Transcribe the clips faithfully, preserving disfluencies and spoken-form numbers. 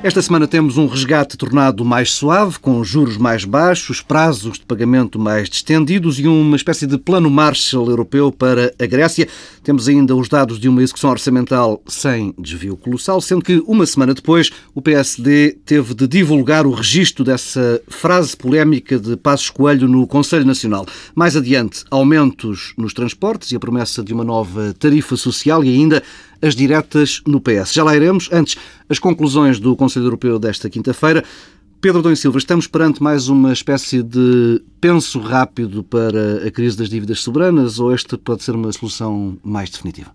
Esta semana temos um resgate tornado mais suave, com juros mais baixos, prazos de pagamento mais distendidos e uma espécie de plano Marshall europeu para a Grécia. Temos ainda os dados de uma execução orçamental sem desvio colossal, sendo que uma semana depois o P S D teve de divulgar o registro dessa frase polémica de Passos Coelho no Conselho Nacional. Mais adiante, aumentos nos transportes e a promessa de uma nova tarifa social e ainda as diretas no P S. Já lá iremos. Antes, as conclusões do Conselho Europeu desta quinta-feira. Pedro Adão e Silva, estamos perante mais uma espécie de penso rápido para a crise das dívidas soberanas ou esta pode ser uma solução mais definitiva?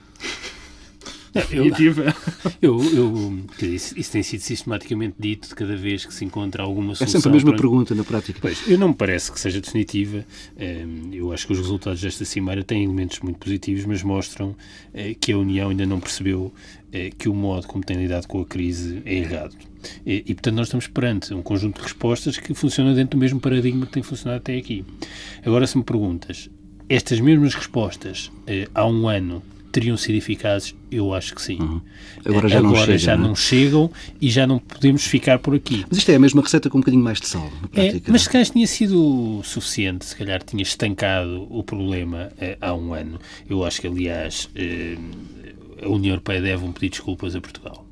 Eu, eu, eu, isso, isso tem sido sistematicamente dito de cada vez que se encontra alguma solução. É sempre a mesma para... pergunta na prática. Pois, eu não me parece que seja definitiva. Eu acho que os resultados desta cimeira têm elementos muito positivos, mas mostram que a União ainda não percebeu que o modo como tem lidado com a crise é errado. E, e, portanto, nós estamos perante um conjunto de respostas que funciona dentro do mesmo paradigma que tem funcionado até aqui. Agora, se me perguntas, estas mesmas respostas há um ano teriam sido eficazes? Eu acho que sim. Uhum. Agora já, Agora não, chega, já não, é? não chegam e já não podemos ficar por aqui. Mas isto é a mesma receita com um bocadinho mais de sal, na prática. É, mas se calhar tinha sido suficiente, se calhar tinha estancado o problema eh, há um ano. Eu acho que, aliás, eh, a União Europeia deve um pedido de desculpas a Portugal.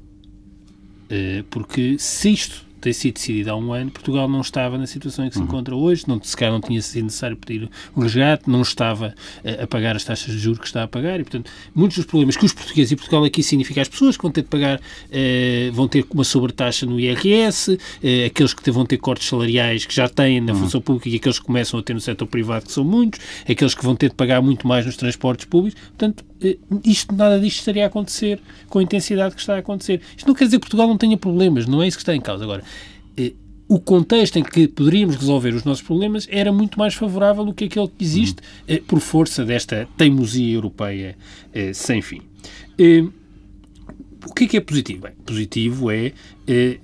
Eh, porque se isto tem sido decidido há um ano, Portugal não estava na situação em que se encontra hoje, não, se calhar não tinha sido necessário pedir o resgate, não estava a, a pagar as taxas de juros que está a pagar e, portanto, muitos dos problemas que os portugueses e Portugal aqui significa as pessoas que vão ter de pagar, eh, vão ter uma sobretaxa no I R S, eh, aqueles que vão ter cortes salariais que já têm na função pública e aqueles que começam a ter no setor privado, que são muitos, aqueles que vão ter de pagar muito mais nos transportes públicos. Portanto, eh, isto, nada disto estaria a acontecer com a intensidade que está a acontecer. Isto não quer dizer que Portugal não tenha problemas, não é isso que está em causa. Agora, o contexto em que poderíamos resolver os nossos problemas era muito mais favorável do que aquele que existe eh, por força desta teimosia europeia eh, sem fim. Eh, o que é que é positivo? Bem, positivo é eh,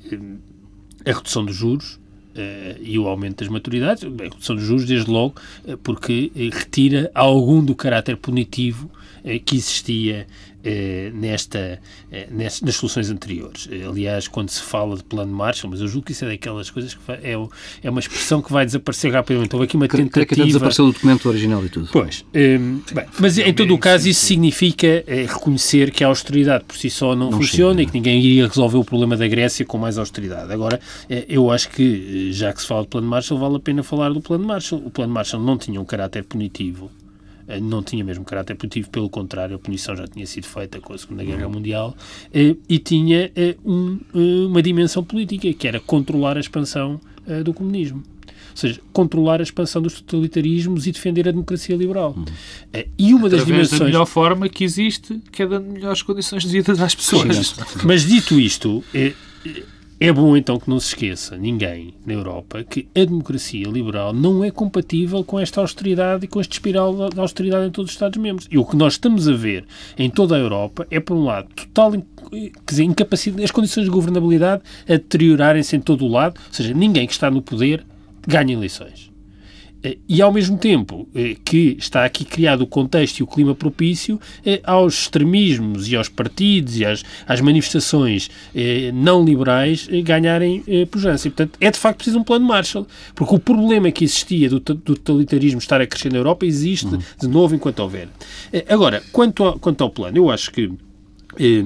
a redução dos juros eh, e o aumento das maturidades. Bem, a redução dos juros, desde logo, eh, porque eh, retira algum do caráter punitivo eh, que existia Eh, nesta, eh, nas, nas soluções anteriores. Eh, aliás, quando se fala de plano Marshall, mas eu julgo que isso é daquelas coisas que vai, é, é uma expressão que vai desaparecer rapidamente. Houve aqui uma tentativa... Creio que até desapareceu do documento original e tudo. Pois. Eh, bem, mas, em todo o caso, isso significa eh, reconhecer que a austeridade por si só não, não funciona chega, e que ninguém iria resolver o problema da Grécia com mais austeridade. Agora, eh, eu acho que, já que se fala de plano Marshall, vale a pena falar do plano Marshall. O plano Marshall não tinha um caráter punitivo, não tinha mesmo caráter punitivo, pelo contrário, a punição já tinha sido feita com a Segunda Guerra Mundial, e tinha um, uma dimensão política, que era controlar a expansão do comunismo. Ou seja, controlar a expansão dos totalitarismos e defender a democracia liberal. Uhum. E uma das dimensões... da melhor forma que existe, que é dando melhores condições de vida às pessoas. Sim, mas dito isto... É, É bom, então, que não se esqueça, ninguém na Europa, que a democracia liberal não é compatível com esta austeridade e com este espiral da austeridade em todos os Estados-membros. E o que nós estamos a ver em toda a Europa é, por um lado, total quer dizer, incapacidade, as condições de governabilidade a deteriorarem-se em todo o lado, ou seja, ninguém que está no poder ganha eleições. E, ao mesmo tempo que está aqui criado o contexto e o clima propício aos extremismos e aos partidos e às, às manifestações não liberais ganharem pujança. E, portanto, é de facto preciso um plano Marshall, porque o problema que existia do, do totalitarismo estar a crescer na Europa existe uhum. de novo enquanto houver. Agora, quanto ao, quanto ao plano, eu acho que eh,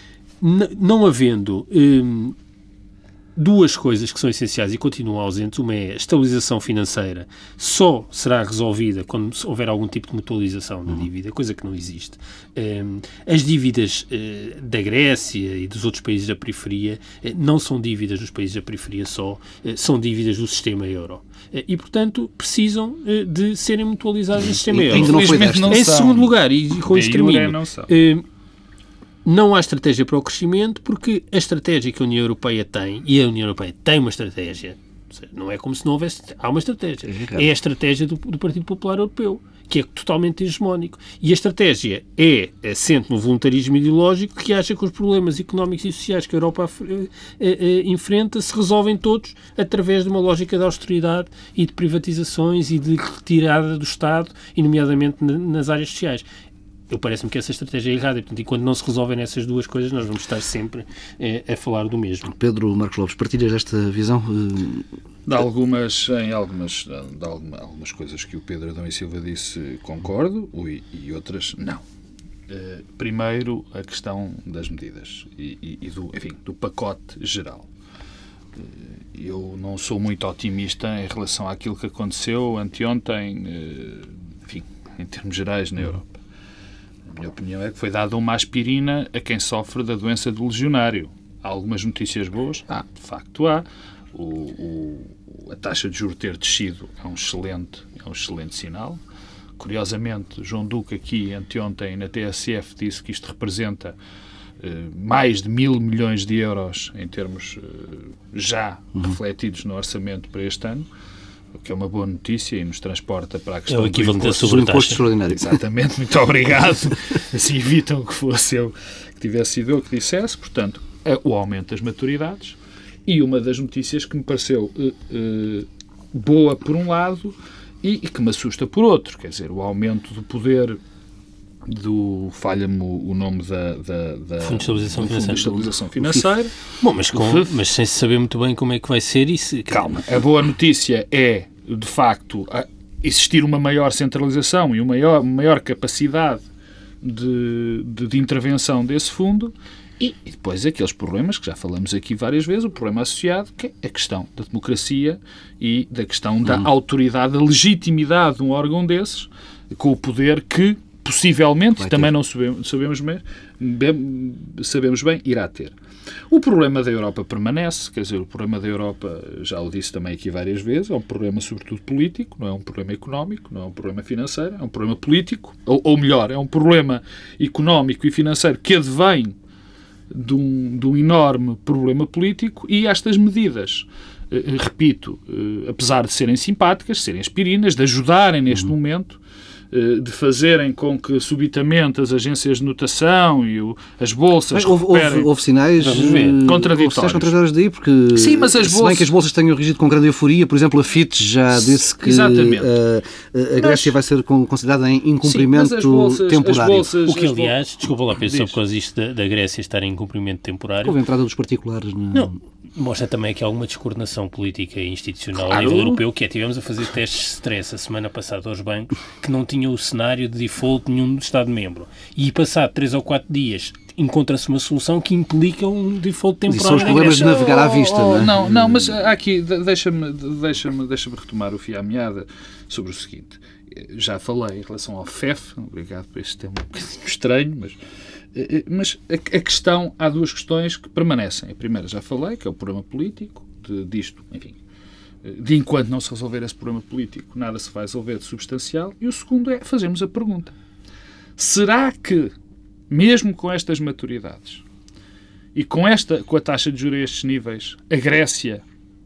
não havendo... Eh, duas coisas que são essenciais e continuam ausentes. Uma é a estabilização financeira, só será resolvida quando houver algum tipo de mutualização da dívida, coisa que não existe. As dívidas da Grécia e dos outros países da periferia não são dívidas dos países da periferia só, são dívidas do sistema euro. E, portanto, precisam de serem mutualizadas no sistema euro. Infelizmente não em são. segundo lugar, e com isto termino, não são. não há estratégia para o crescimento, porque a estratégia que a União Europeia tem, e a União Europeia tem uma estratégia, não é como se não houvesse, há uma estratégia, é a estratégia do, do Partido Popular Europeu, que é totalmente hegemónico. E a estratégia é assente no voluntarismo ideológico, que acha que os problemas económicos e sociais que a Europa eh, eh, enfrenta se resolvem todos através de uma lógica de austeridade e de privatizações e de retirada do Estado, e nomeadamente nas áreas sociais. eu parece-me que essa estratégia é errada. E, portanto, enquanto não se resolvem essas duas coisas, nós vamos estar sempre eh, a falar do mesmo. Pedro Marcos Lopes, partilhas desta visão? De algumas, em algumas, de alguma, algumas coisas que o Pedro Adão e Silva disse, concordo, e, e outras não. Uh, primeiro, a questão das medidas e, e, e do, enfim, do pacote geral. Uh, eu não sou muito otimista em relação àquilo que aconteceu anteontem, uh, enfim, em termos gerais na Europa. A minha opinião é que foi dada uma aspirina a quem sofre da doença do legionário. Há algumas notícias boas? Ah, de facto há. O, o, a taxa de juros ter descido é um excelente, é um excelente sinal. Curiosamente, João Duque aqui anteontem na T S F disse que isto representa eh, mais de mil milhões de euros em termos eh, já uhum. refletidos no orçamento para este ano, o que é uma boa notícia e nos transporta para a questão é o equivalente do imposto, do imposto extraordinário. Exatamente, muito obrigado. Assim evitam que fosse eu que tivesse sido eu que dissesse. Portanto, é o aumento das maturidades. E uma das notícias que me pareceu uh, uh, boa por um lado e, e que me assusta por outro, quer dizer, o aumento do poder do, falha-me o, o nome da, da, da Fundo de Estabilização do Fundo Financeira. de Estabilização Financeira. Bom, mas, com, mas sem saber muito bem como é que vai ser isso. Calma, a boa notícia é, de facto, existir uma maior centralização e uma maior, maior capacidade de, de, de intervenção desse fundo. E, e depois aqueles problemas que já falamos aqui várias vezes, o problema associado, que é a questão da democracia e da questão da hum. autoridade, da legitimidade de um órgão desses, com o poder que, possivelmente, Vai também ter. não sabemos, sabemos, bem, bem, sabemos bem, irá ter. O problema da Europa permanece, quer dizer, o problema da Europa, já o disse também aqui várias vezes, é um problema sobretudo político, não é um problema económico, não é um problema financeiro, é um problema político, ou, ou melhor, é um problema económico e financeiro que advém De um, de um enorme problema político e estas medidas, eh, repito, eh, apesar de serem simpáticas, serem aspirinas, de ajudarem neste uhum. momento, eh, de fazerem com que subitamente as agências de notação e o, as bolsas houve, houve, houve sinais contraditórios. contraditórios daí, porque Sim, mas as se bolsas... bem que as bolsas tenham reagido com grande euforia, por exemplo, a Fitch já disse que uh, a Grécia mas... vai ser considerada em incumprimento Sim, bolsas, temporário. Bolsas, o que, aliás, bol... desculpa lá, Pedro, só por causa disto da, da Grécia estar em incumprimento temporário... Houve a entrada dos particulares. Na... Não, mostra também aqui alguma descoordenação política e institucional claro. a nível europeu, que é, tivemos a fazer testes de stress a semana passada aos bancos que não tinham o cenário de default nenhum Estado-membro. E passado três ou quatro dias encontra-se uma solução que implica um default temporário. E são os problemas de navegar à vista, oh, não é? Não, não, mas aqui, deixa-me deixa-me, deixa-me retomar o fio à meada sobre o seguinte. Já falei em relação ao F E F, obrigado por este tema um bocadinho estranho, mas, mas a, a questão, há duas questões que permanecem. A primeira já falei, que é o problema político, de, disto, enfim, de enquanto não se resolver esse problema político, nada se vai resolver de substancial. E o segundo é fazermos a pergunta. Será que, mesmo com estas maturidades e com, esta, com a taxa de juros a estes níveis, a Grécia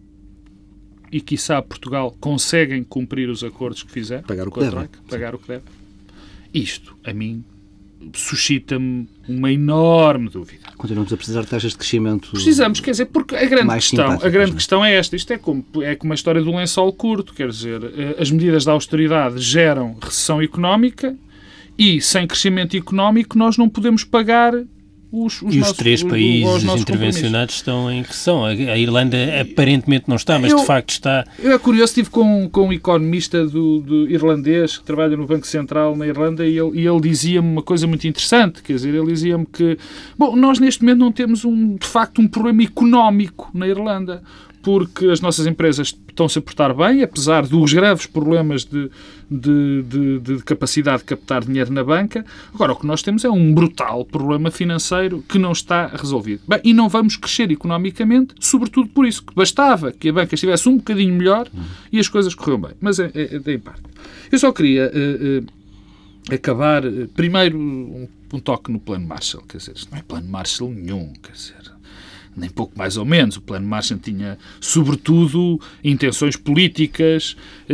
e, quiçá, Portugal conseguem cumprir os acordos que fizeram? Pagar o que deve. Pagar o que deve. Isto, a mim, suscita-me uma enorme dúvida. Continuamos a precisar de taxas de crescimento. Precisamos, quer dizer, porque a grande, questão, a grande questão é esta. Isto é como, é como a história do lençol curto. Quer dizer, as medidas de austeridade geram recessão económica e, sem crescimento económico, nós não podemos pagar os, os E nossos, os três os, países os intervencionados estão em recessão. A Irlanda aparentemente não está, mas eu, de facto está. Eu é curioso, estive com, com um economista do, do irlandês que trabalha no Banco Central na Irlanda e ele, e ele dizia-me uma coisa muito interessante. Quer dizer, ele dizia-me que, bom, nós neste momento não temos um, de facto um problema económico na Irlanda, porque as nossas empresas estão-se a portar bem, apesar dos graves problemas de, de, de, de capacidade de captar dinheiro na banca. Agora, o que nós temos é um brutal problema financeiro que não está resolvido. Bem, e não vamos crescer economicamente, sobretudo por isso, que bastava que a banca estivesse um bocadinho melhor e as coisas correram bem. Mas é, é, é em parte. Eu só queria uh, uh, acabar, uh, primeiro, um, um toque no plano Marshall. Quer dizer, isto não é plano Marshall nenhum, quer dizer... nem pouco mais ou menos. O Plano Marshall tinha, sobretudo, intenções políticas,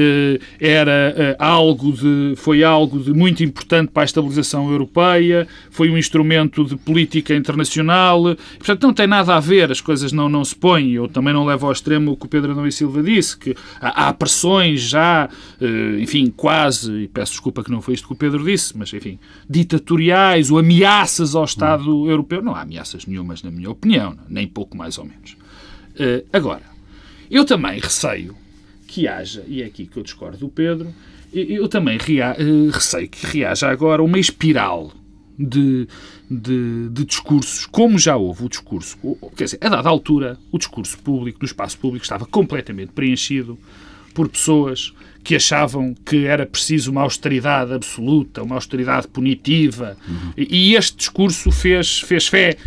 era algo de, foi algo de muito importante para a estabilização europeia, foi um instrumento de política internacional, portanto não tem nada a ver, as coisas não, não se põem. Eu também não levo ao extremo o que o Pedro Adão e Silva disse, que há, há pressões já, enfim, quase, e peço desculpa que não foi isto que o Pedro disse, mas enfim, ditatoriais ou ameaças ao Estado hum. europeu. Não há ameaças nenhumas, na minha opinião, nem pouco mais ou menos. Uh, agora, eu também receio que haja, e é aqui que eu discordo do Pedro, eu também rea, uh, receio que reaja agora uma espiral de, de, de discursos, como já houve o discurso, quer dizer, a dada altura, o discurso público, no espaço público, estava completamente preenchido por pessoas que achavam que era preciso uma austeridade absoluta, uma austeridade punitiva, uhum. e, e este discurso fez, fez fé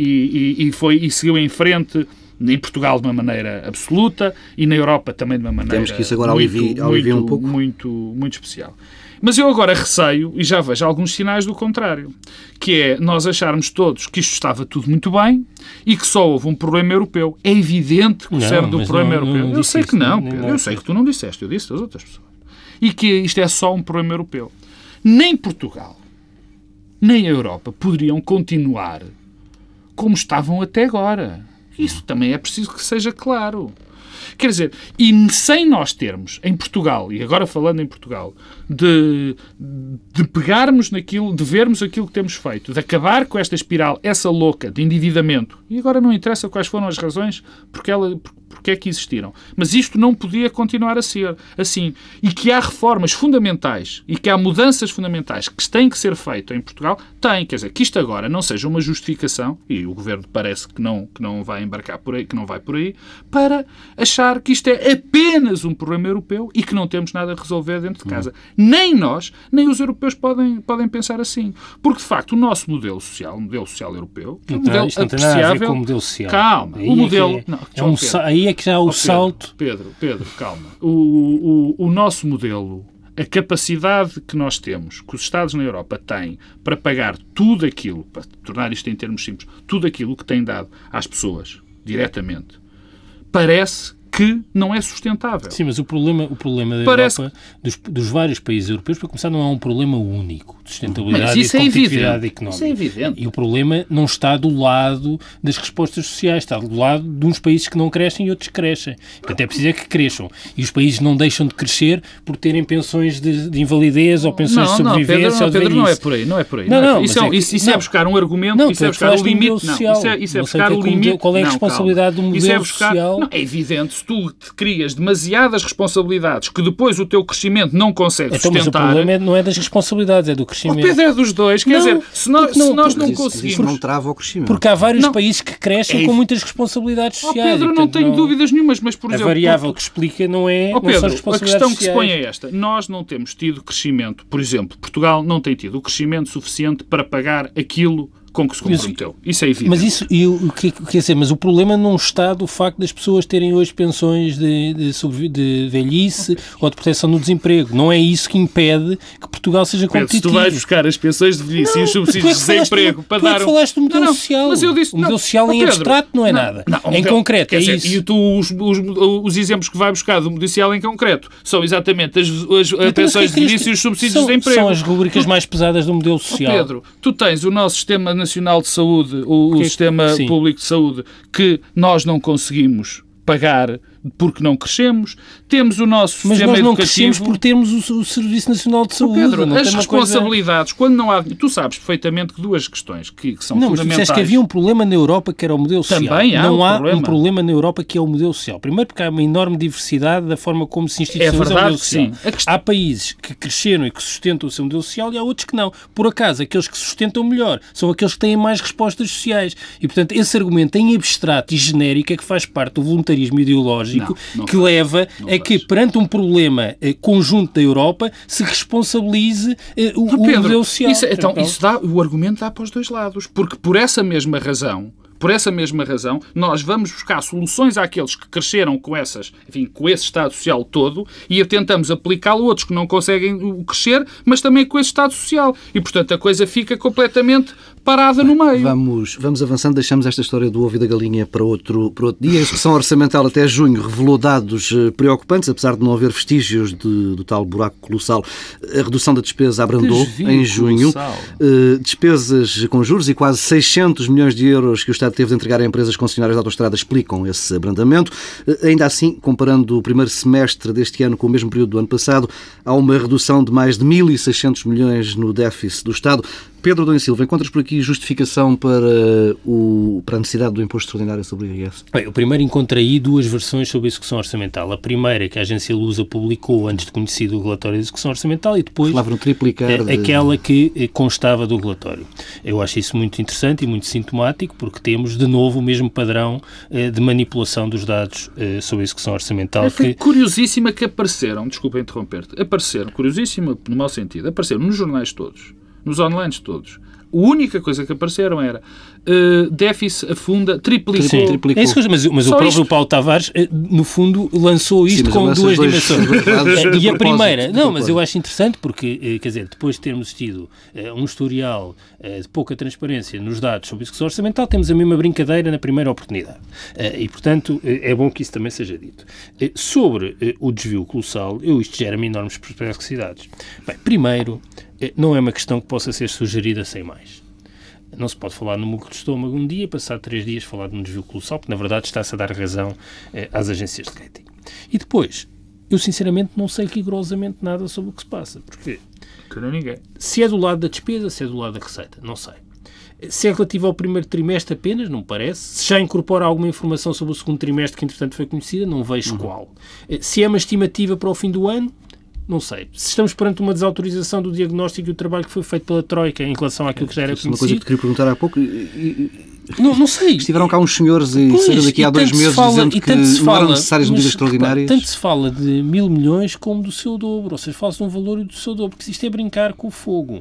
e, e, e, foi, e seguiu em frente em Portugal de uma maneira absoluta e na Europa também de uma maneira Temos que isso agora muito, alivia, alivia muito, um pouco. Muito, muito especial. Mas eu agora receio, e já vejo alguns sinais do contrário, que é nós acharmos todos que isto estava tudo muito bem e que só houve um problema europeu. É evidente que o cerne do problema não, europeu... Não eu sei isso, que não, não, Pedro. não, Eu sei que tu não disseste, eu disse das outras pessoas. E que isto é só um problema europeu. Nem Portugal, nem a Europa poderiam continuar como estavam até agora. Isso também é preciso que seja claro. Quer dizer, e sem nós termos em Portugal, e agora falando em Portugal, de, de pegarmos naquilo, de vermos aquilo que temos feito, de acabar com esta espiral, essa louca de endividamento, e agora não interessa quais foram as razões porque, ela, porque é que existiram, mas isto não podia continuar a ser assim, e que há reformas fundamentais e que há mudanças fundamentais que têm que ser feitas em Portugal, tem, quer dizer, que isto agora não seja uma justificação, e o Governo parece que não, que não vai embarcar por aí, que não vai por aí, para achar que isto é apenas um problema europeu e que não temos nada a resolver dentro de casa. Hum. Nem nós, nem os europeus podem, podem pensar assim. Porque, de facto, o nosso modelo social, o modelo social europeu, é um modelo isto não tem apreciável... nada a ver com o modelo social. Calma. Aí o modelo... É que é, não, é um, aí é que já há o oh, Pedro, salto... Pedro, Pedro, calma. O, o, o nosso modelo, a capacidade que nós temos, que os Estados na Europa têm para pagar tudo aquilo, para tornar isto em termos simples, tudo aquilo que têm dado às pessoas, diretamente, parece que não é sustentável. Sim, mas o problema, o problema da Parece... Europa, dos, dos vários países europeus, para começar, não é um problema único de sustentabilidade e de competitividade é económica. Isso é evidente. E o problema não está do lado das respostas sociais, está do lado de uns países que não crescem e outros que crescem. Portanto, é preciso é que cresçam. E os países não deixam de crescer por terem pensões de, de invalidez ou pensões não, de sobrevivência não, Pedro, não, ou de Pedro, não é velhice. por aí, não é por aí. Não, não é não, isso, é, é, isso, isso não. é buscar um argumento, não, isso é buscar o limite. Não, isso é, isso é buscar o limite. Modelo, qual é a não, responsabilidade calma. do Isso modelo é buscar, social? Não, é evidente, se tu te crias demasiadas responsabilidades que depois o teu crescimento não consegue então, sustentar... Mas o problema é, não é das responsabilidades, é do crescimento. O Pedro é dos dois, quer não, dizer, se nós não, se nós não isso, conseguimos... Isso não trava o crescimento. Porque há vários não. países que crescem é com muitas responsabilidades oh, sociais. Pedro, e, não portanto, tenho não... dúvidas nenhumas, mas por a exemplo... A variável porque... que explica não é oh, não Pedro, são as a responsabilidades questão que sociais. se põe é esta. Nós não temos tido crescimento, por exemplo, Portugal não tem tido o crescimento suficiente para pagar aquilo com que se comprometeu. Isso é evidente. Mas isso, e o que quer dizer, mas o problema não está do facto das pessoas terem hoje pensões de, de, de velhice ou de proteção do desemprego. Não é isso que impede que Portugal seja Pedro, competitivo. se tu vais buscar as pensões de velhice e os subsídios de desemprego do, para tu dar... É que falaste do modelo não, não, social. Mas eu disse, o modelo não, social oh, em Pedro, abstrato não é não, nada. Não, em modelo, concreto, é dizer, isso. E tu, os, os, os exemplos que vai buscar do modelo social em concreto são exatamente as, as, as pensões de velhice e os subsídios são, de desemprego. São as rubricas mais pesadas do modelo social. Oh, Pedro, tu tens o nosso Sistema Nacional de Saúde, o, o que, Sistema sim. Público de Saúde, que nós não conseguimos pagar porque não crescemos. Temos o nosso Mas sistema nós não educativo... crescemos por termos o, o Serviço Nacional de Saúde. Oh, Pedro, não as tem responsabilidades, coisa... quando não há... Tu sabes perfeitamente que duas questões que, que são não, fundamentais... Não, mas tu disseste que havia um problema na Europa que era o modelo social. Também há Não um há problema. um problema na Europa que é o modelo social. Primeiro porque há uma enorme diversidade da forma como se institucionaliza é verdade, o modelo social. Sim. Questão... Há países que cresceram e que sustentam o seu modelo social e há outros que não. Por acaso, aqueles que sustentam melhor são aqueles que têm mais respostas sociais. E, portanto, esse argumento em abstrato e genérico é que faz parte do voluntarismo ideológico não, não que faz, leva a que, perante um problema eh, conjunto da Europa, se responsabilize eh, o, Pedro, o modelo social. Isso, então, isso dá, o argumento dá para os dois lados. Porque por essa mesma razão... Por essa mesma razão, nós vamos buscar soluções àqueles que cresceram com, essas, enfim, com esse Estado Social todo e tentamos aplicá-lo a outros que não conseguem crescer, mas também com esse Estado Social. E, portanto, a coisa fica completamente parada no meio. Vamos, vamos avançando, deixamos esta história do ovo e da galinha para outro, para outro dia. A execução orçamental até junho revelou dados preocupantes, apesar de não haver vestígios de, do tal buraco colossal. A redução da despesa abrandou Desvio em junho. Uh, despesas com juros e quase seiscentos milhões de euros que o Estado teve de entregar a empresas concessionárias de autoestrada explicam esse abrandamento. Uh, ainda assim, comparando o primeiro semestre deste ano com o mesmo período do ano passado, há uma redução de mais de mil e seiscentos milhões no déficit do Estado. Pedro Adão e Silva, encontras por aqui justificação para, o, para a necessidade do imposto extraordinário sobre o I R S? Bem, eu primeiro encontrei aí duas versões sobre a execução orçamental. A primeira, que a agência Lusa publicou antes de conhecido o relatório de execução orçamental, e depois Falava no triplicar de... aquela que constava do relatório. Eu acho isso muito interessante e muito sintomático, porque temos, de novo, o mesmo padrão de manipulação dos dados sobre a execução orçamental. Foi que... curiosíssima que apareceram, desculpa interromper-te, apareceram, curiosíssima no mau sentido, apareceram nos jornais todos, nos online todos. A única coisa que apareceram era uh, déficit afunda, triplicou. Sim, triplicou. É isso, mas, mas o próprio isto. Paulo Tavares, no fundo, lançou isto Sim, com duas dimensões. E a primeira, não, mas eu acho interessante porque, quer dizer, depois de termos tido uh, um historial uh, de pouca transparência nos dados sobre a execução orçamental, temos a mesma brincadeira na primeira oportunidade. Uh, e, portanto, uh, é bom que isso também seja dito. Uh, sobre uh, o desvio colossal, eu isto gera-me enormes perplexidades. Bem, primeiro, uh, não é uma questão que possa ser sugerida sem mais. Não se pode falar no músculo de estômago um dia, passar três dias falar de um desvio colossal, porque na verdade está-se a dar razão eh, às agências de rating. E depois, eu sinceramente não sei rigorosamente nada sobre o que se passa. Porque ninguém. Se é do lado da despesa, se é do lado da receita, não sei. Se é relativo ao primeiro trimestre apenas, não me parece. Se já incorpora alguma informação sobre o segundo trimestre que entretanto foi conhecida, não vejo uhum. qual. Se é uma estimativa para o fim do ano, não sei. Se estamos perante uma desautorização do diagnóstico e do trabalho que foi feito pela Troika em relação àquilo que já era conhecido... Uma coisa que te queria perguntar há pouco... E, não, não sei. Estiveram cá uns senhores e pois, saíram daqui há dois meses fala, dizendo que não eram necessárias medidas extraordinárias. Tanto se fala de mil milhões como do seu dobro. Ou seja, fala-se de um valor do seu dobro. Porque isto é brincar com o fogo.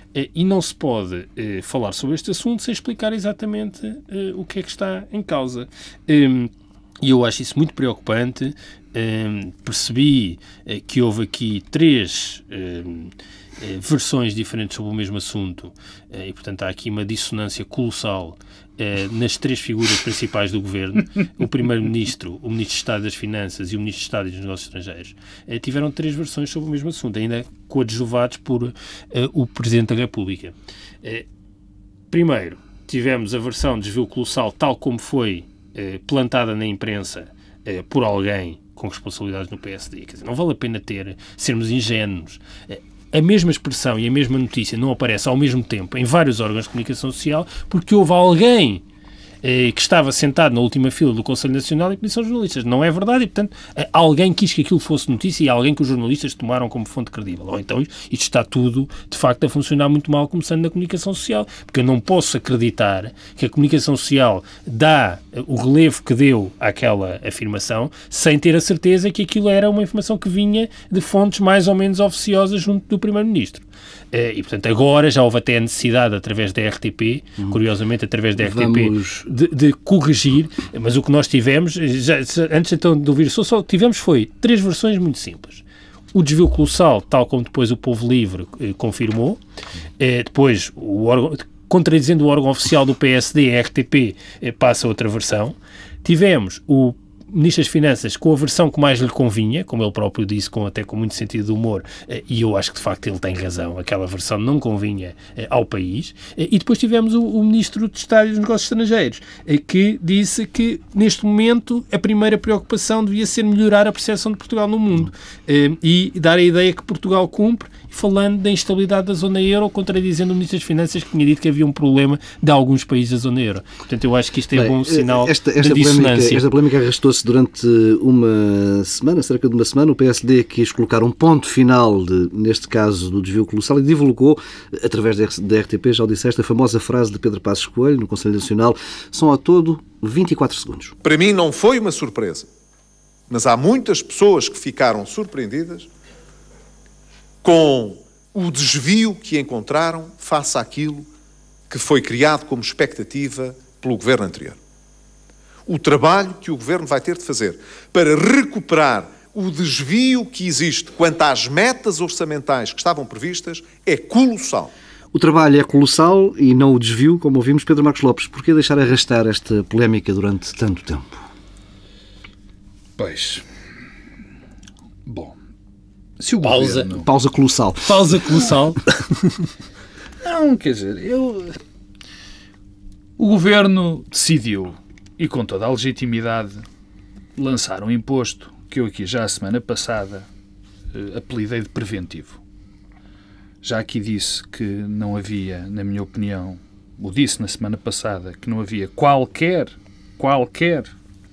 E não se pode eh, falar sobre este assunto sem explicar exatamente eh, o que é que está em causa. E eu acho isso muito preocupante. Um, percebi uh, que houve aqui três um, uh, versões diferentes sobre o mesmo assunto uh, e, portanto, há aqui uma dissonância colossal uh, nas três figuras principais do Governo. O Primeiro-Ministro, o Ministro de Estado das Finanças e o Ministro de Estado dos Negócios Estrangeiros uh, tiveram três versões sobre o mesmo assunto, ainda coadjuvados por uh, o Presidente da República. Uh, primeiro, tivemos a versão de desvio colossal tal como foi uh, plantada na imprensa uh, por alguém com responsabilidades no P S D. Quer dizer, não vale a pena ter, sermos ingênuos. A mesma expressão e a mesma notícia não aparece ao mesmo tempo em vários órgãos de comunicação social porque houve alguém eh, que estava sentado na última fila do Conselho Nacional e que disse aos jornalistas. Não é verdade e, portanto, alguém quis que aquilo fosse notícia e alguém que os jornalistas tomaram como fonte credível. Ou então isto está tudo, de facto, a funcionar muito mal, começando na comunicação social. Porque eu não posso acreditar que a comunicação social dá o relevo que deu àquela afirmação sem ter a certeza que aquilo era uma informação que vinha de fontes mais ou menos oficiosas junto do Primeiro-Ministro. E, portanto, agora já houve até a necessidade, através da R T P, hum. curiosamente, através da R T P, Vamos... de, de corrigir, mas o que nós tivemos, já, antes então de ouvir, só, só tivemos foi três versões muito simples. O desvio colossal, tal como depois o Povo Livre eh, confirmou, eh, depois, o órgão, contradizendo o órgão oficial do P S D, a R T P eh, passa outra versão. Tivemos o Ministro das Finanças com a versão que mais lhe convinha, como ele próprio disse, com, até com muito sentido de humor, e eu acho que de facto ele tem razão, aquela versão não convinha ao país. E depois tivemos o, o Ministro de Estado e dos Negócios Estrangeiros, que disse que neste momento a primeira preocupação devia ser melhorar a percepção de Portugal no mundo e dar a ideia que Portugal cumpre, falando da instabilidade da zona euro, contradizendo o Ministro das Finanças que tinha dito que havia um problema de alguns países da zona euro. Portanto, eu acho que isto é Bem, um bom sinal esta, esta de polémica, dissonância. Esta polémica arrastou-se durante uma semana, cerca de uma semana. O P S D quis colocar um ponto final, de, neste caso, do desvio colossal e divulgou, através da R T P, já o disseste, a famosa frase de Pedro Passos Coelho, no Conselho Nacional, são ao todo vinte e quatro segundos. Para mim não foi uma surpresa, mas há muitas pessoas que ficaram surpreendidas com o desvio que encontraram face àquilo que foi criado como expectativa pelo governo anterior. O trabalho que o governo vai ter de fazer para recuperar o desvio que existe quanto às metas orçamentais que estavam previstas é colossal. O trabalho é colossal e não o desvio, como ouvimos. Pedro Marcos Lopes, porquê deixar arrastar esta polémica durante tanto tempo? Pois... Bom... Se o Pausa. governo... Pausa colossal. Pausa colossal. Não, quer dizer, eu... O governo decidiu, e com toda a legitimidade, lançar um imposto que eu aqui já a semana passada eh, apelidei de preventivo. Já aqui disse que não havia, na minha opinião, o disse na semana passada, que não havia qualquer, qualquer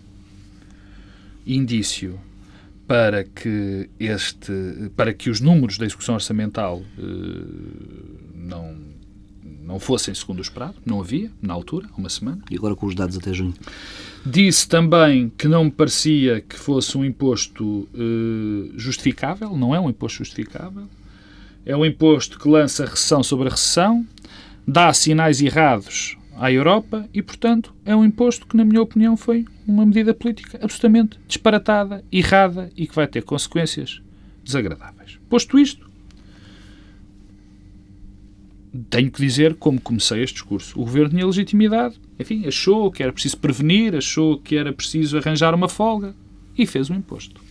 indício para que, este, para que os números da execução orçamental eh, não, não fossem segundo o esperado. Não havia, na altura, há uma semana. E agora com os dados até junho. Disse também que não me parecia que fosse um imposto eh, justificável. Não é um imposto justificável. É um imposto que lança recessão sobre a recessão, dá sinais errados à Europa e, portanto, é um imposto que, na minha opinião, foi uma medida política absolutamente disparatada, errada e que vai ter consequências desagradáveis. Posto isto, tenho que dizer como comecei este discurso. O Governo tinha legitimidade, enfim, achou que era preciso prevenir, achou que era preciso arranjar uma folga e fez um imposto.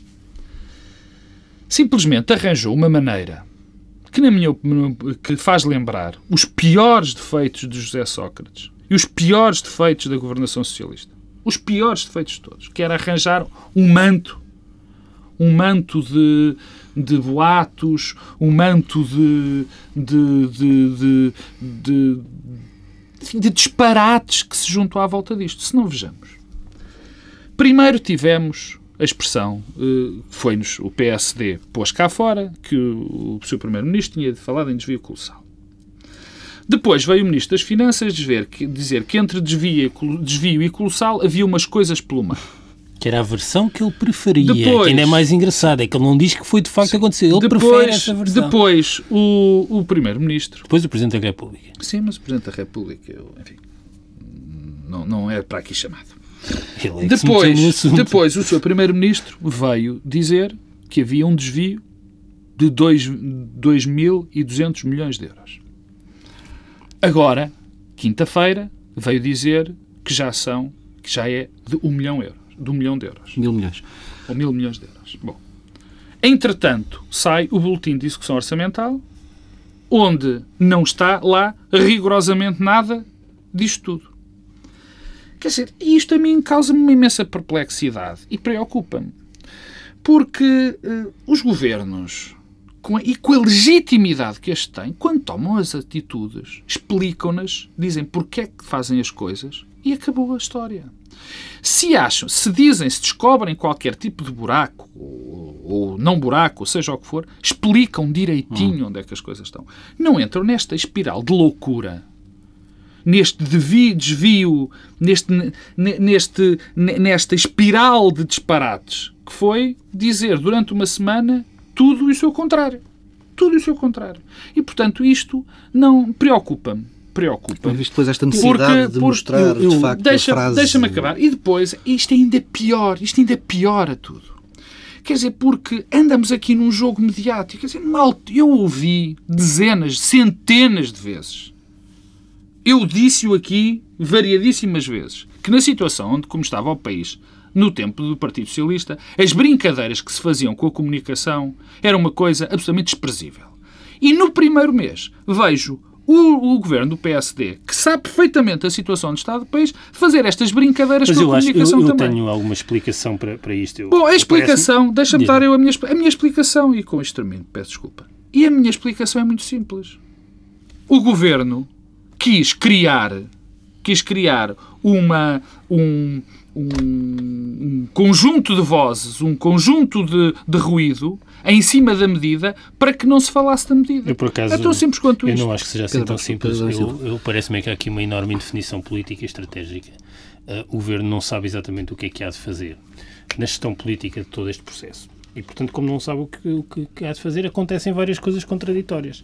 Simplesmente arranjou uma maneira que, na minha opinião, que faz lembrar os piores defeitos de José Sócrates e os piores defeitos da governação socialista. Os piores defeitos de todos. Que era arranjar um manto, um manto de, de boatos, um manto de, de, de, de, de, de, de disparates que se juntam à volta disto. Se não vejamos. Primeiro tivemos a expressão, foi-nos o P S D pôs cá fora, que o, o seu primeiro-ministro tinha falado em desvio colossal. Depois veio o Ministro das Finanças dizer que, dizer que entre desvio, desvio e colossal havia umas coisas pelo meio. Que era a versão que ele preferia. Depois, que ainda é mais engraçado. É que ele não diz que foi de facto acontecer. Ele depois, prefere essa versão. Depois o, o Primeiro-Ministro. Depois o Presidente da República. Sim, mas o Presidente da República, eu, enfim, não, não é para aqui chamado. Ele é que Depois, depois o seu Primeiro-Ministro veio dizer que havia um desvio de dois mil e duzentos milhões de euros. Agora, quinta-feira, veio dizer que já são, que já é de um milhão de euros. De um milhão de euros. Mil milhões. Ou mil milhões de euros. Bom. Entretanto, sai o boletim de execução orçamental, onde não está lá rigorosamente nada disto tudo. Quer dizer, isto a mim causa-me uma imensa perplexidade e preocupa-me. Porque uh, os governos, com a, e com a legitimidade que estes têm, quando tomam as atitudes, explicam-nas, dizem porque é que fazem as coisas e acabou a história. Se acham, se dizem, se descobrem qualquer tipo de buraco, ou, ou não buraco, ou seja o que for, explicam direitinho hum. onde é que as coisas estão. Não entram nesta espiral de loucura, neste desvio, desvio neste, neste, nesta espiral de disparates, que foi dizer durante uma semana tudo e o seu contrário. Tudo e o seu contrário. E, portanto, isto não preocupa-me. Preocupa. Visto depois esta necessidade porque, de mostrar, eu, eu, de facto, deixa, a frase... Deixa-me acabar. E depois, isto é ainda pior. Isto ainda piora tudo. Quer dizer, porque andamos aqui num jogo mediático. Quer dizer, mal, eu ouvi dezenas, centenas de vezes. Eu disse-o aqui variadíssimas vezes. Que na situação onde, como estava o país, no tempo do Partido Socialista, as brincadeiras que se faziam com a comunicação era uma coisa absolutamente desprezível. E no primeiro mês vejo O, o governo do P S D, que sabe perfeitamente a situação onde está o país, fazer estas brincadeiras Mas com eu a acho, comunicação eu, eu também. tenho alguma explicação para, para isto. Eu, Bom, a explicação, deixa-me dar eu a minha, a minha explicação, e com isto termino, peço desculpa. E a minha explicação é muito simples. O governo quis criar, quis criar uma, um, um, um conjunto de vozes, um conjunto de, de ruído em cima da medida para que não se falasse da medida. Eu, por acaso, é tão simples quanto eu isto. não acho que seja assim tão simples. Eu, eu parece-me que há aqui uma enorme indefinição política e estratégica. Uh, o governo não sabe exatamente o que é que há de fazer na gestão política de todo este processo. E, portanto, como não sabe o que, o que, que há de fazer, acontecem várias coisas contraditórias.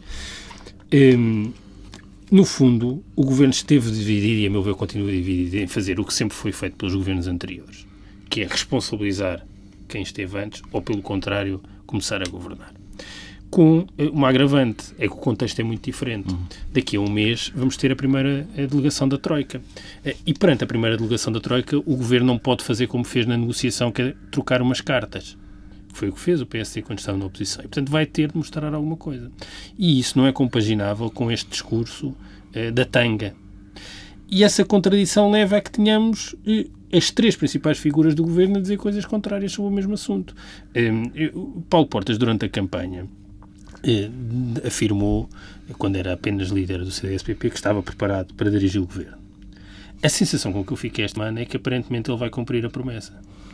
Um, no fundo, o governo esteve dividido, e a meu ver continua dividido, em fazer o que sempre foi feito pelos governos anteriores, que é responsabilizar quem esteve antes, ou, pelo contrário, começar a governar. com uma agravante, é que o contexto é muito diferente. Uhum. Daqui a um mês vamos ter a primeira a delegação da Troika. E perante a primeira delegação da Troika, o Governo não pode fazer como fez na negociação, que é trocar umas cartas. Foi o que fez o P S D quando estava na oposição. E, portanto, vai ter de mostrar alguma coisa. E isso não é compaginável com este discurso uh, da tanga. E essa contradição leva a que tenhamos uh, as três principais figuras do Governo a dizer coisas contrárias sobre o mesmo assunto. Um, eu, Paulo Portas, durante a campanha, uh, afirmou, quando era apenas líder do C D S P P, que estava preparado para dirigir o Governo. A sensação com que eu fiquei esta semana é que, aparentemente, ele vai cumprir a promessa.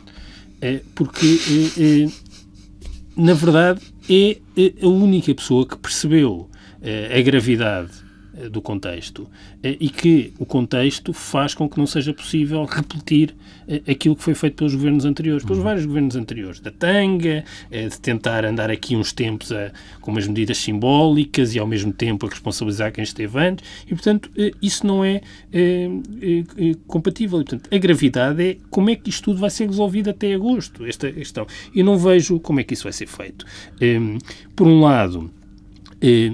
Uh, porque... Uh, uh, na verdade, é a única pessoa que percebeu uh, a gravidade uh, do contexto uh, e que o contexto faz com que não seja possível repetir uh, aquilo que foi feito pelos governos anteriores, pelos vários governos anteriores, da tanga, uh, de tentar andar aqui uns tempos uh, com umas medidas simbólicas e, ao mesmo tempo, a responsabilizar quem esteve antes. E, portanto, uh, isso não é uh, uh, uh, compatível. E, portanto, a gravidade é como é que isto tudo vai ser resolvido até agosto, esta questão. Eu não vejo como é que isso vai ser feito. Um, por um lado, um,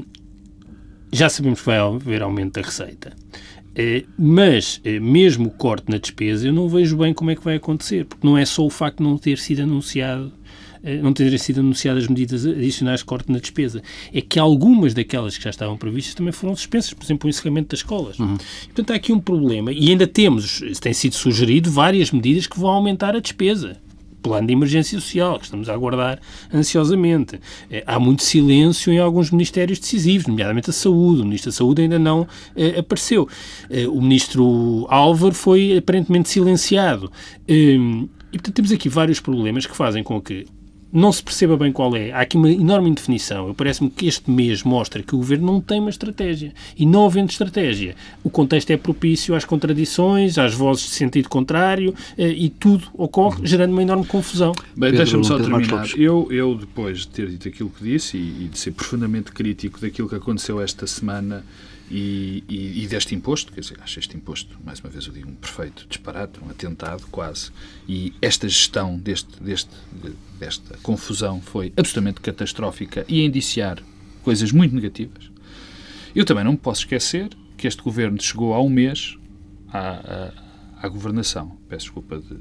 já sabemos que vai haver aumento da receita, uh, mas uh, mesmo o corte na despesa, eu não vejo bem como é que vai acontecer, porque não é só o facto de não ter sido anunciado, uh, não terem sido anunciadas medidas adicionais de corte na despesa, é que algumas daquelas que já estavam previstas também foram suspensas, por exemplo, o encerramento das escolas. Uhum. Portanto, há aqui um problema, e ainda temos, tem sido sugerido, várias medidas que vão aumentar a despesa. Plano de emergência social, que estamos a aguardar ansiosamente. Há muito silêncio em alguns ministérios decisivos, nomeadamente a Saúde. O Ministro da Saúde ainda não eh, apareceu. Eh, o Ministro Álvaro foi aparentemente silenciado. Eh, e, portanto, temos aqui vários problemas que fazem com que não se perceba bem qual é. Há aqui uma enorme indefinição. Parece-me que este mês mostra que o Governo não tem uma estratégia. E não havendo estratégia, o contexto é propício às contradições, às vozes de sentido contrário, e tudo ocorre gerando uma enorme confusão. Bem, deixa-me só terminar. Eu, eu, depois de ter dito aquilo que disse e, e de ser profundamente crítico daquilo que aconteceu esta semana e, e, e deste imposto, quer dizer, acho este imposto, mais uma vez eu digo, um perfeito disparate, um atentado quase, e esta gestão deste, deste, desta confusão foi absolutamente catastrófica e a indiciar coisas muito negativas. Eu também não me posso esquecer que este governo chegou há um mês à, à, à governação. Peço desculpa de...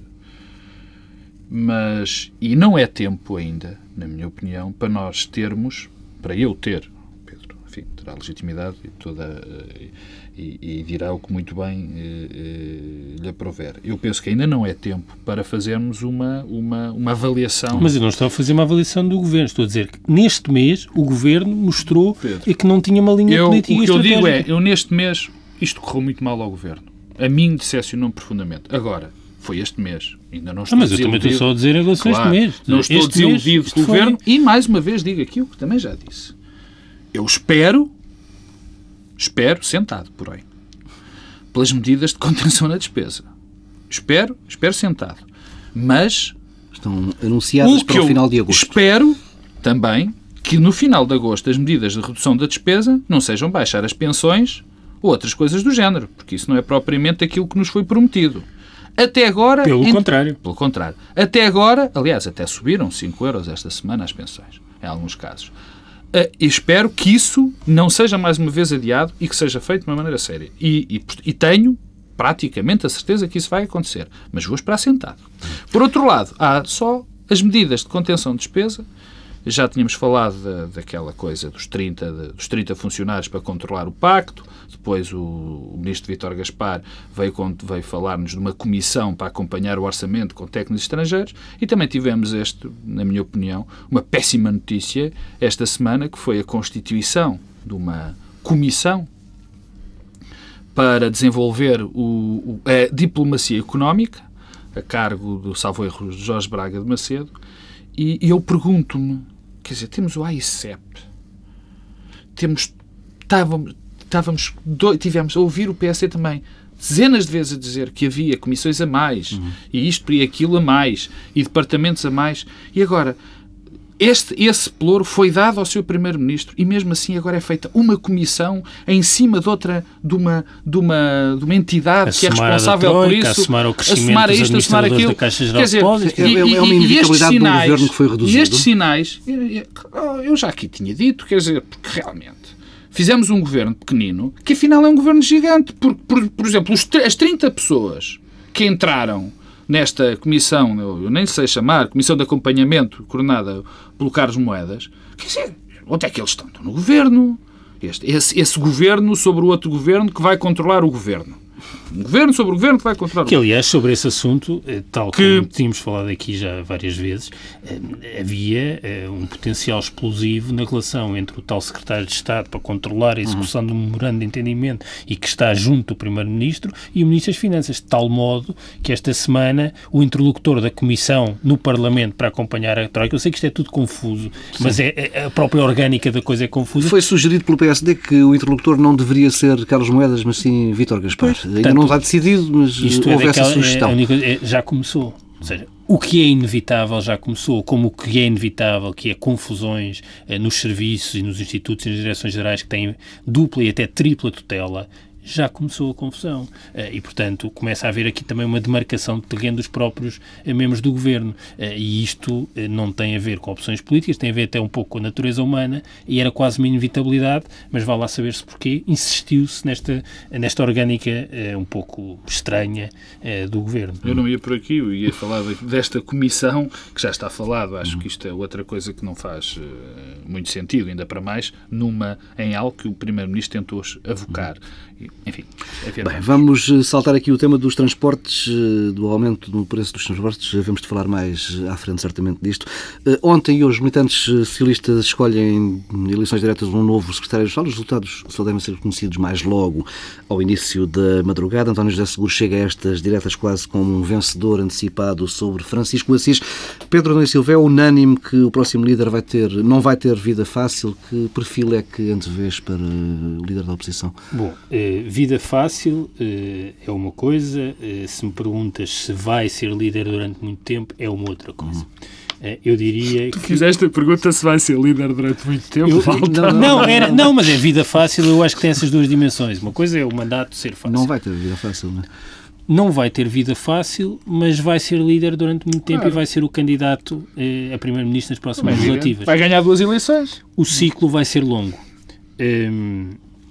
Mas, e não é tempo ainda, na minha opinião, para nós termos, para eu ter, Pedro, enfim, terá legitimidade e, toda, e, e dirá o que muito bem eh, eh, lhe aprover. Eu penso que ainda não é tempo para fazermos uma, uma, uma avaliação. Mas eu não estou a fazer uma avaliação do Governo. Estou a dizer que neste mês o Governo mostrou Pedro, que não tinha uma linha eu, política. O que eu digo é, eu neste mês, isto correu muito mal ao Governo. A mim decepcionou profundamente. Agora, foi este mês. Ainda não estou ah, mas eu também estou só a dizer em relação claro, a este mês. Não estou este desiludido mês, com o Governo foi... e, mais uma vez, digo aquilo que também já disse. Eu espero, espero, sentado, porém, pelas medidas de contenção na despesa. Espero, espero sentado. Mas... Estão anunciadas para o final de agosto. Espero também que no final de agosto as medidas de redução da despesa não sejam baixar as pensões ou outras coisas do género, porque isso não é propriamente aquilo que nos foi prometido. Até agora... Pelo ent... contrário. Pelo contrário. Até agora, aliás, até subiram cinco euros esta semana as pensões, em alguns casos. Uh, espero que isso não seja mais uma vez adiado e que seja feito de uma maneira séria. E, e, e tenho praticamente a certeza que isso vai acontecer, mas vou esperar sentado. Por outro lado, há só as medidas de contenção de despesa. Já tínhamos falado da, daquela coisa dos trinta, de, dos trinta funcionários para controlar o pacto. Depois o, o ministro Vítor Gaspar veio, veio falar-nos de uma comissão para acompanhar o orçamento com técnicos estrangeiros. E também tivemos este, na minha opinião, uma péssima notícia esta semana, que foi a constituição de uma comissão para desenvolver o, o, a diplomacia económica, a cargo do salvo erro Jorge Braga de Macedo. E, e eu pergunto-me, quer dizer, temos o A I C E P, temos, estávamos, estávamos do, tivemos a ouvir o P S D também dezenas de vezes a dizer que havia comissões a mais, uhum. e isto e aquilo a mais, e departamentos a mais, e agora Este, esse pelouro foi dado ao seu Primeiro-Ministro e mesmo assim agora é feita uma comissão em cima de outra, de uma, de uma, de uma entidade assumar que é responsável troika, por isso, assumar o crescimento assumar dos isto, assumar aquilo. Da Caixa Geral Quer dizer, de Depósitos. É, é, é uma inevitabilidade do governo que foi reduzido. E estes sinais, eu já aqui tinha dito, quer dizer, porque realmente fizemos um governo pequenino que afinal é um governo gigante. Por, por, por exemplo, os, as trinta pessoas que entraram nesta comissão, eu, eu nem sei chamar, comissão de acompanhamento coordenada pelo Carlos Moedas, quer dizer, onde é que eles estão? Estão no governo. Este, esse, esse governo sobre o outro governo que vai controlar o governo. Um governo sobre o governo que vai controlar o Que, aliás, sobre esse assunto, tal que... como tínhamos falado aqui já várias vezes, havia um potencial explosivo na relação entre o tal secretário de Estado para controlar a execução uhum. do memorando de entendimento e que está junto do Primeiro-Ministro e o Ministro das Finanças, de tal modo que esta semana o interlocutor da Comissão no Parlamento para acompanhar a Troika, eu sei que isto é tudo confuso, Sim. mas é, a própria orgânica da coisa é confusa. Foi sugerido pelo P S D que o interlocutor não deveria ser Carlos Moedas, mas sim Vítor Gaspar. Pois. Ainda Tanto, não está decidido, mas isto houve é daquela, essa sugestão. É, única, é, já começou. Ou seja, o que é inevitável já começou, como o que é inevitável, que é confusões eh, nos serviços e nos institutos e nas direções gerais que têm dupla e até tripla tutela, já começou a confusão. E, portanto, começa a haver aqui também uma demarcação de terreno dos próprios membros do governo. E isto não tem a ver com opções políticas, tem a ver até um pouco com a natureza humana e era quase uma inevitabilidade, mas vá lá saber-se porquê. Insistiu-se nesta, nesta orgânica um pouco estranha do governo. Eu não ia por aqui, eu ia falar desta comissão, que já está falado. Acho que isto é outra coisa que não faz muito sentido, ainda para mais, numa, em algo que o Primeiro-Ministro tentou avocar. Enfim, Bem, vamos saltar aqui o tema dos transportes, do aumento no preço dos transportes. Vamos de falar mais à frente, certamente, disto. Ontem e hoje, os militantes socialistas escolhem em eleições diretas um novo secretário de Estado. Os resultados só devem ser conhecidos mais logo ao início da madrugada. António José Seguro chega a estas diretas quase como um vencedor antecipado sobre Francisco Assis. Pedro Adão e Silva, é unânime que o próximo líder vai ter, não vai ter vida fácil. Que perfil é que antevês para o líder da oposição? Bom, eh, vida fácil eh, é uma coisa. Eh, se me perguntas se vai ser líder durante muito tempo, é uma outra coisa. Uhum. Eh, eu diria tu que... fizeste a pergunta se vai ser líder durante muito tempo. Eu, não, não, era, não, mas é vida fácil. Eu acho que tem essas duas dimensões. Uma coisa é o mandato ser fácil. Não vai ter vida fácil, não é? Não vai ter vida fácil, mas vai ser líder durante muito tempo claro. E vai ser o candidato eh, a primeiro-ministro nas próximas vai legislativas. Vai ganhar duas eleições. O ciclo vai ser longo. Um,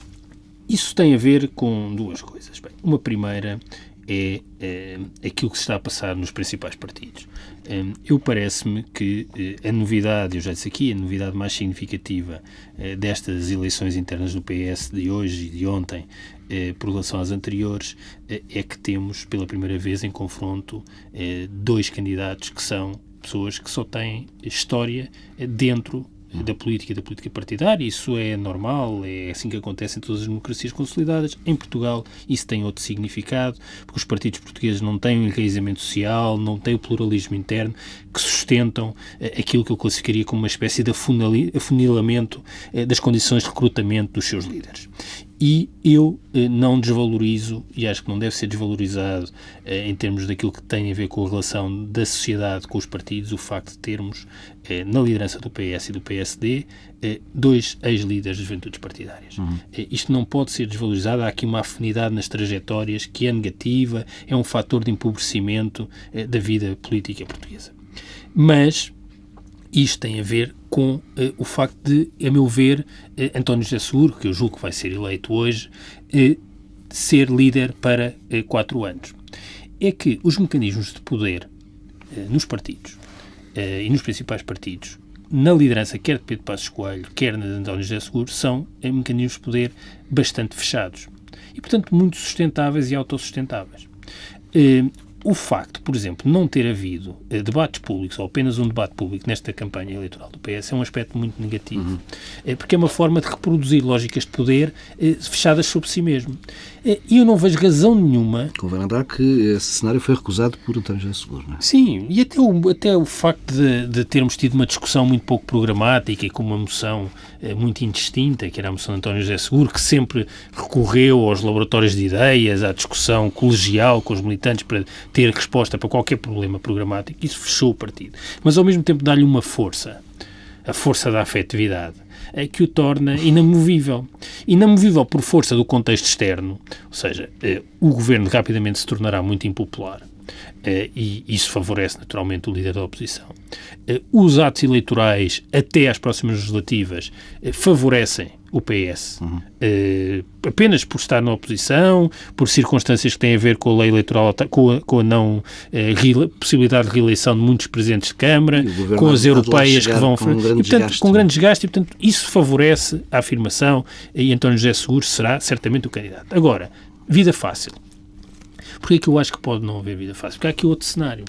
isso tem a ver com duas coisas. Bem, uma primeira é, é aquilo que se está a passar nos principais partidos. Um, eu parece-me que uh, a novidade, eu já disse aqui, a novidade mais significativa uh, destas eleições internas do P S de hoje e de ontem, uh, por relação às anteriores, uh, é que temos pela primeira vez em confronto uh, dois candidatos que são pessoas que só têm história uh, dentro da política e da política partidária. Isso é normal, é assim que acontece em todas as democracias consolidadas. Em Portugal isso tem outro significado, porque os partidos portugueses não têm um enraizamento social, não têm o pluralismo interno que sustentam eh, aquilo que eu classificaria como uma espécie de afunilamento eh, das condições de recrutamento dos seus líderes. E eu eh, não desvalorizo, e acho que não deve ser desvalorizado eh, em termos daquilo que tem a ver com a relação da sociedade com os partidos, o facto de termos eh, na liderança do P S e do P S D eh, dois ex-líderes de juventudes partidárias. Uhum. Eh, isto não pode ser desvalorizado. Há aqui uma afinidade nas trajetórias que é negativa, é um fator de empobrecimento eh, da vida política portuguesa. Mas isto tem a ver com uh, o facto de, a meu ver, uh, António José Seguro, que eu julgo que vai ser eleito hoje, uh, ser líder para uh, quatro anos. É que os mecanismos de poder uh, nos partidos uh, e nos principais partidos, na liderança quer de Pedro Passos Coelho, quer na de António José Seguro, são uh, mecanismos de poder bastante fechados e, portanto, muito sustentáveis e autossustentáveis. Uh, O facto, por exemplo, não ter havido eh, debates públicos, ou apenas um debate público nesta campanha eleitoral do P S, é um aspecto muito negativo. Uhum. Eh, porque é uma forma de reproduzir lógicas de poder eh, fechadas sobre si mesmo. Eh, e eu não vejo razão nenhuma... Convém lembrar que esse cenário foi recusado por António José Seguro, não é? Sim, e até o, até o facto de, de termos tido uma discussão muito pouco programática e com uma moção eh, muito indistinta, que era a moção de António José Seguro, que sempre recorreu aos laboratórios de ideias, à discussão colegial com os militantes para ter resposta para qualquer problema programático, isso fechou o partido. Mas, ao mesmo tempo, dá-lhe uma força a força da afetividade, é que o torna inamovível. Inamovível por força do contexto externo, ou seja, eh, o governo rapidamente se tornará muito impopular. Uh, e isso favorece naturalmente o líder da oposição. Uh, os atos eleitorais até às próximas legislativas uh, favorecem o P S, uhum. uh, apenas por estar na oposição, por circunstâncias que têm a ver com a lei eleitoral, com a, com a não uh, possibilidade de reeleição de muitos presidentes de Câmara, com as europeias que vão... Com um grande e, portanto, desgaste, com grande desgaste, e portanto isso favorece a afirmação e António José Seguro será certamente o candidato. Agora, vida fácil. Porquê é que eu acho que pode não haver vida fácil? Porque há aqui outro cenário.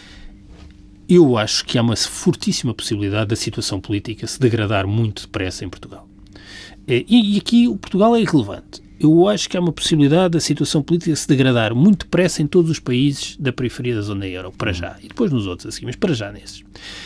Eu acho que há uma fortíssima possibilidade da situação política se degradar muito depressa em Portugal. E, e aqui o Portugal é irrelevante. Eu acho que há uma possibilidade da situação política se degradar muito depressa em todos os países da periferia da zona euro, para já. E depois nos outros assim, mas para já nesses.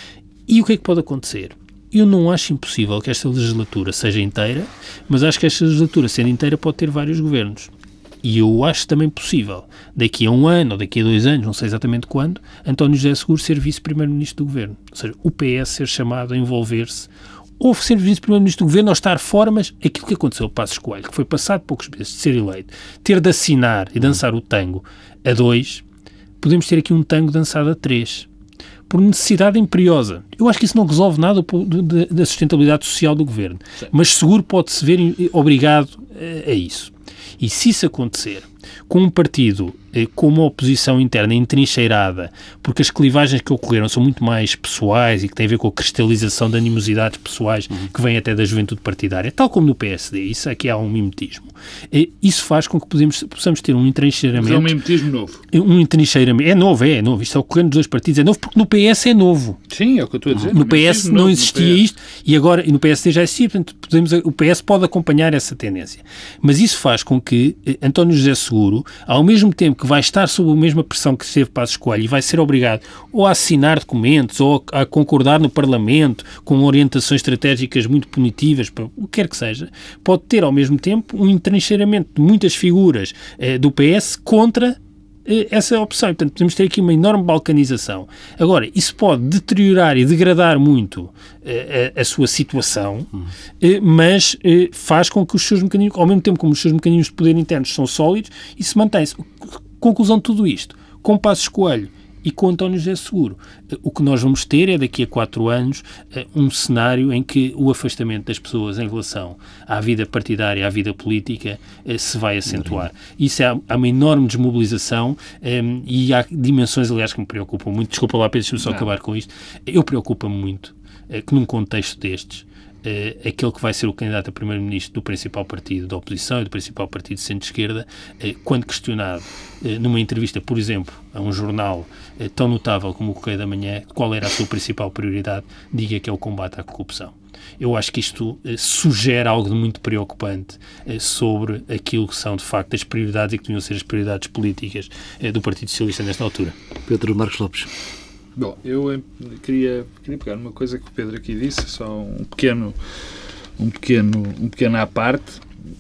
E o que é que pode acontecer? Eu não acho impossível que esta legislatura seja inteira, mas acho que esta legislatura, sendo inteira, pode ter vários governos. E eu acho também possível, daqui a um ano ou daqui a dois anos, não sei exatamente quando, António José Seguro ser vice-primeiro-ministro do governo. Ou seja, o P S ser chamado a envolver-se, ou ser vice-primeiro-ministro do governo, ou estar fora, mas aquilo que aconteceu ao Passos Coelho, que foi passado poucos meses de ser eleito, ter de assinar e dançar o tango a dois, podemos ter aqui um tango dançado a três, por necessidade imperiosa. Eu acho que isso não resolve nada da sustentabilidade social do governo, mas Seguro pode-se ver obrigado a isso. E se isso acontecer, com um partido eh, com uma oposição interna entrincheirada, porque as clivagens que ocorreram são muito mais pessoais e que têm a ver com a cristalização de animosidades pessoais uhum. que vêm até da juventude partidária, tal como no P S D, isso aqui há um mimetismo. Eh, isso faz com que podemos, possamos ter um entrincheiramento... Mas é um mimetismo novo. Um entrincheiramento... É novo, é, é novo. Isto é ocorrendo nos dois partidos. É novo porque no P S é novo. Sim, é o que eu estou a dizer. No P S não existia isto e agora e no P S D já existia, portanto podemos, o P S pode acompanhar essa tendência. Mas isso faz com que eh, António José Seguro, ao mesmo tempo que vai estar sob a mesma pressão que esteve Passos Coelho e vai ser obrigado ou a assinar documentos ou a concordar no Parlamento com orientações estratégicas muito punitivas, para o que quer que seja, pode ter ao mesmo tempo um entrincheiramento de muitas figuras eh, do P S contra eh, essa opção. E, portanto, podemos ter aqui uma enorme balcanização. Agora, isso pode deteriorar e degradar muito eh, a, a sua situação, hum. eh, mas eh, faz com que os seus mecanismos, ao mesmo tempo como os seus mecanismos de poder internos são sólidos, e se mantém-se. Conclusão de tudo isto, com Passos Coelho e com António José Seguro, o que nós vamos ter é, daqui a quatro anos, um cenário em que o afastamento das pessoas em relação à vida partidária, à vida política, se vai acentuar. Isso é, há uma enorme desmobilização um, e há dimensões, aliás, que me preocupam muito. Desculpa lá, Pedro, deixa-me só Não. acabar com isto. Eu preocupa-me muito uh, que num contexto destes, Uh, aquele que vai ser o candidato a primeiro-ministro do principal partido da oposição e do principal partido de centro-esquerda, uh, quando questionado uh, numa entrevista, por exemplo, a um jornal uh, tão notável como o Correio da Manhã, qual era a sua principal prioridade, diga que é o combate à corrupção. Eu acho que isto uh, sugere algo de muito preocupante uh, sobre aquilo que são, de facto, as prioridades e que deviam ser as prioridades políticas uh, do Partido Socialista nesta altura. Pedro Marcos Lopes. Bom, eu queria, queria pegar uma coisa que o Pedro aqui disse, só um pequeno, um pequeno, um pequeno à parte,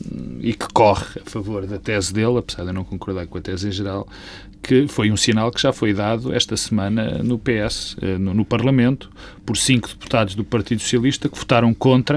e que corre a favor da tese dele, apesar de eu não concordar com a tese em geral, que foi um sinal que já foi dado esta semana no P S, no, no Parlamento, por cinco deputados do Partido Socialista que votaram contra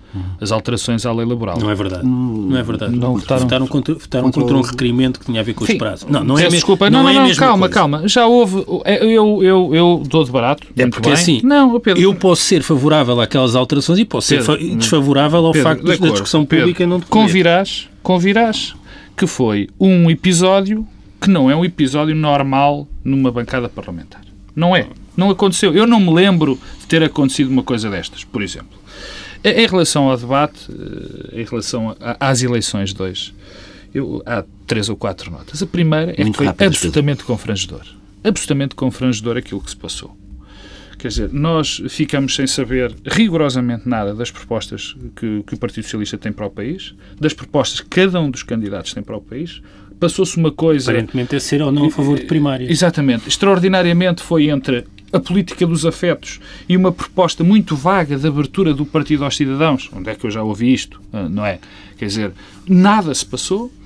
as alterações à lei laboral. Não é verdade. Não é verdade. Não votaram, votaram contra, votaram contra, contra um requerimento que tinha a ver com os prazos. Não, não é mesmo. Desculpa, não, não, não, é não calma, coisa. calma. Já houve. Eu, eu, eu dou de barato. É porque bem. assim, não, Pedro, eu posso ser favorável àquelas alterações e posso Pedro, ser desfavorável ao Pedro, facto de da discussão Pedro, pública não decorrer. Convirás, convirás que foi um episódio que não é um episódio normal numa bancada parlamentar. Não é. Não aconteceu. Eu não me lembro de ter acontecido uma coisa destas, por exemplo. Em relação ao debate, em relação às eleições de hoje, eu, há três ou quatro notas. A primeira é Muito que foi rápido, absolutamente confrangedor. Absolutamente confrangedor aquilo que se passou. Quer dizer, nós ficamos sem saber rigorosamente nada das propostas que, que o Partido Socialista tem para o país, das propostas que cada um dos candidatos tem para o país. Passou-se uma coisa... Aparentemente é ser ou não a favor de primárias. Exatamente. Extraordinariamente foi entre a política dos afetos e uma proposta muito vaga de abertura do partido aos cidadãos. Onde é que eu já ouvi isto? Não é? Quer dizer, nada se passou.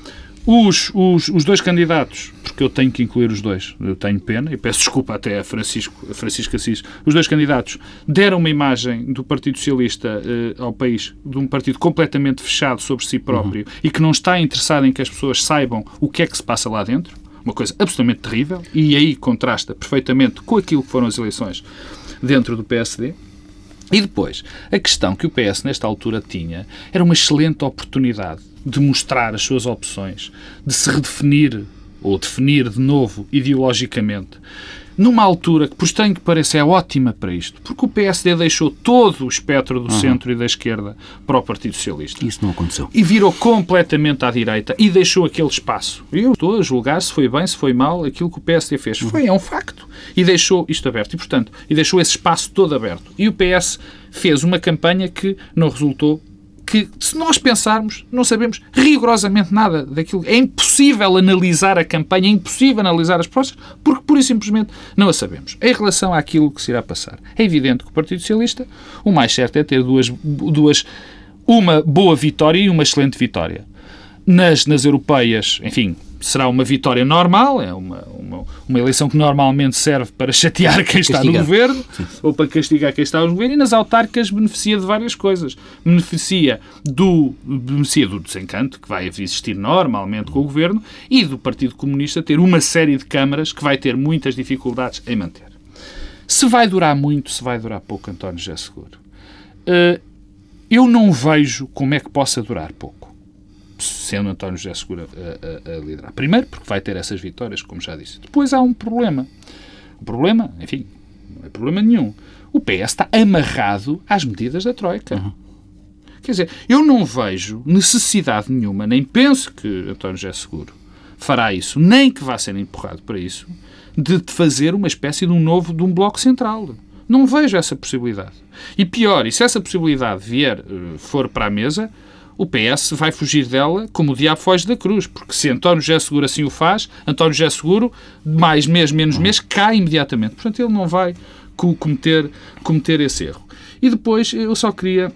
Os, os, os dois candidatos, porque eu tenho que incluir os dois, eu tenho pena, e peço desculpa até a Francisco, a Francisco Assis, os dois candidatos deram uma imagem do Partido Socialista eh, ao país, de um partido completamente fechado sobre si próprio, uhum. e que não está interessado em que as pessoas saibam o que é que se passa lá dentro, uma coisa absolutamente terrível, e aí contrasta perfeitamente com aquilo que foram as eleições dentro do P S D. E depois, a questão que o P S nesta altura tinha era uma excelente oportunidade de mostrar as suas opções, de se redefinir ou definir de novo ideologicamente, numa altura que, por estranho que pareça, é ótima para isto, porque o P S D deixou todo o espectro do uhum. centro e da esquerda para o Partido Socialista. Isso não aconteceu. E virou completamente à direita e deixou aquele espaço. Eu estou a julgar se foi bem, se foi mal, aquilo que o P S D fez. Uhum. Foi, é um facto. E deixou isto aberto. E, portanto, e deixou esse espaço todo aberto. E o P S fez uma campanha que não resultou, que, se nós pensarmos, não sabemos rigorosamente nada daquilo. É impossível analisar a campanha, é impossível analisar as propostas, porque pura e simplesmente não a sabemos. Em relação àquilo que se irá passar, é evidente que o Partido Socialista, o mais certo é ter duas, duas uma boa vitória e uma excelente vitória. Nas, nas europeias, enfim, será uma vitória normal, é uma, uma, uma eleição que normalmente serve para chatear quem está castigar. no governo, Sim. ou para castigar quem está no governo, e nas autárquicas beneficia de várias coisas. Beneficia do, beneficia do desencanto, que vai existir normalmente com o governo, e do Partido Comunista ter uma série de câmaras que vai ter muitas dificuldades em manter. Se vai durar muito, se vai durar pouco, António José Seguro, eu não vejo como é que possa durar pouco, sendo António José Seguro a, a, a liderar. Primeiro, porque vai ter essas vitórias, como já disse. Depois há um problema. O problema, enfim, não é problema nenhum. O P S está amarrado às medidas da Troika. Uhum. Quer dizer, eu não vejo necessidade nenhuma, nem penso que António José Seguro fará isso, nem que vá ser empurrado para isso, de fazer uma espécie de um novo, de um bloco central. Não vejo essa possibilidade. E pior, e se essa possibilidade vier, for para a mesa, o P S vai fugir dela como o diabo foge da cruz, porque se António José Seguro assim o faz, António José Seguro, mais mês, menos mês, cai imediatamente. Portanto, ele não vai cometer, cometer esse erro. E depois, eu só queria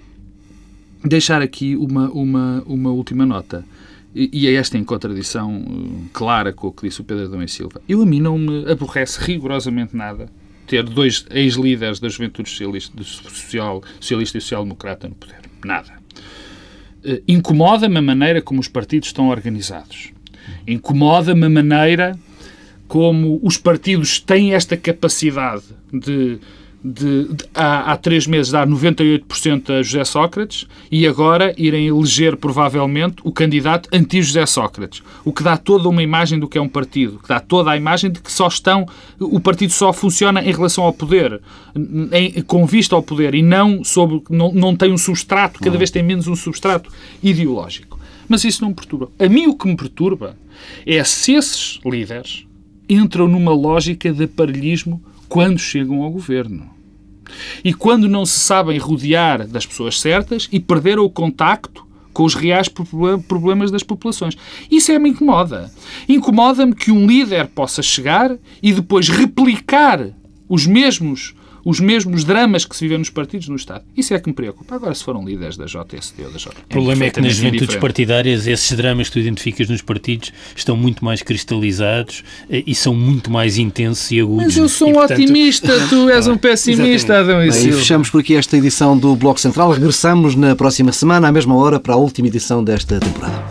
deixar aqui uma, uma, uma última nota, e, e é esta em contradição uh, clara com o que disse o Pedro Adão e Silva. Eu, a mim, não me aborrece rigorosamente nada ter dois ex-líderes da Juventude Socialista, social, socialista e Social-Democrata no poder. Nada. Uh, incomoda-me a maneira como os partidos estão organizados. Incomoda-me a maneira como os partidos têm esta capacidade de, de, de há, há três meses, dar noventa e oito por cento a José Sócrates e agora irem eleger, provavelmente, o candidato anti-José Sócrates. O que dá toda uma imagem do que é um partido. Que dá toda a imagem de que só estão... O partido só funciona em relação ao poder, em, com vista ao poder, e não, sobre, não, não tem um substrato, cada vez tem menos um substrato ideológico. Mas isso não me perturba. A mim o que me perturba é se esses líderes entram numa lógica de aparelhismo quando chegam ao governo. E quando não se sabem rodear das pessoas certas e perderam o contacto com os reais problemas das populações. Isso é me incomoda. Incomoda-me que um líder possa chegar e depois replicar os mesmos, os mesmos dramas que se vivem nos partidos no Estado. Isso é que me preocupa. Agora, se foram líderes da J S D ou da J S D... O problema é que nas juventudes partidárias esses dramas que tu identificas nos partidos estão muito mais cristalizados e são muito mais intensos e agudos. Mas eu sou um e, portanto... otimista, tu és um pessimista, Adão e Silva. E fechamos por aqui esta edição do Bloco Central. Regressamos na próxima semana, à mesma hora, para a última edição desta temporada.